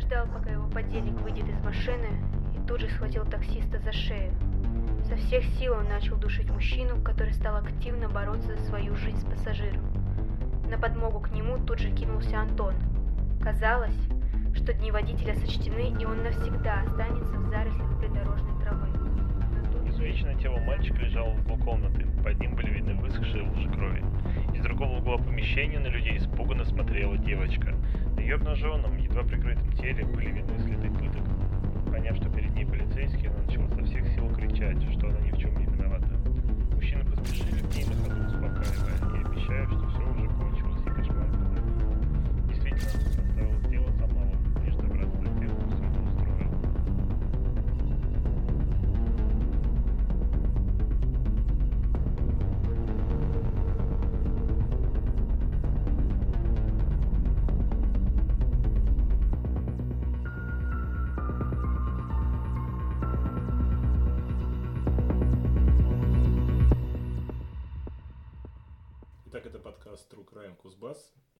ждал, пока его подельник выйдет из машины, и тут же схватил таксиста за шею. Со всех сил он начал душить мужчину, который стал активно бороться за свою жизнь с пассажиром. На подмогу к нему тут же кинулся Антон. Казалось, что дни водителя сочтены, и он навсегда останется в зарослях придорожной травы. Извечное тело мальчика лежало в углу комнаты, под ним были видны высохшие лужи крови. Из другого угла помещения на людей испуганно смотрела девочка. На ее обнаженном, едва прикрытом теле были видны следы пыток. Поняв, что перед ней полицейские, она начала со всех сил кричать, что она ни в чем не виновата. Мужчины поспешили к ней на ходу, успокаивая и обещая, что все уже кончилось и кошмар позади. Действительно, оставалось дело самого, лишь добраться до тех, кто все это устроил. Итак, это подкаст True Crime Кузбасс.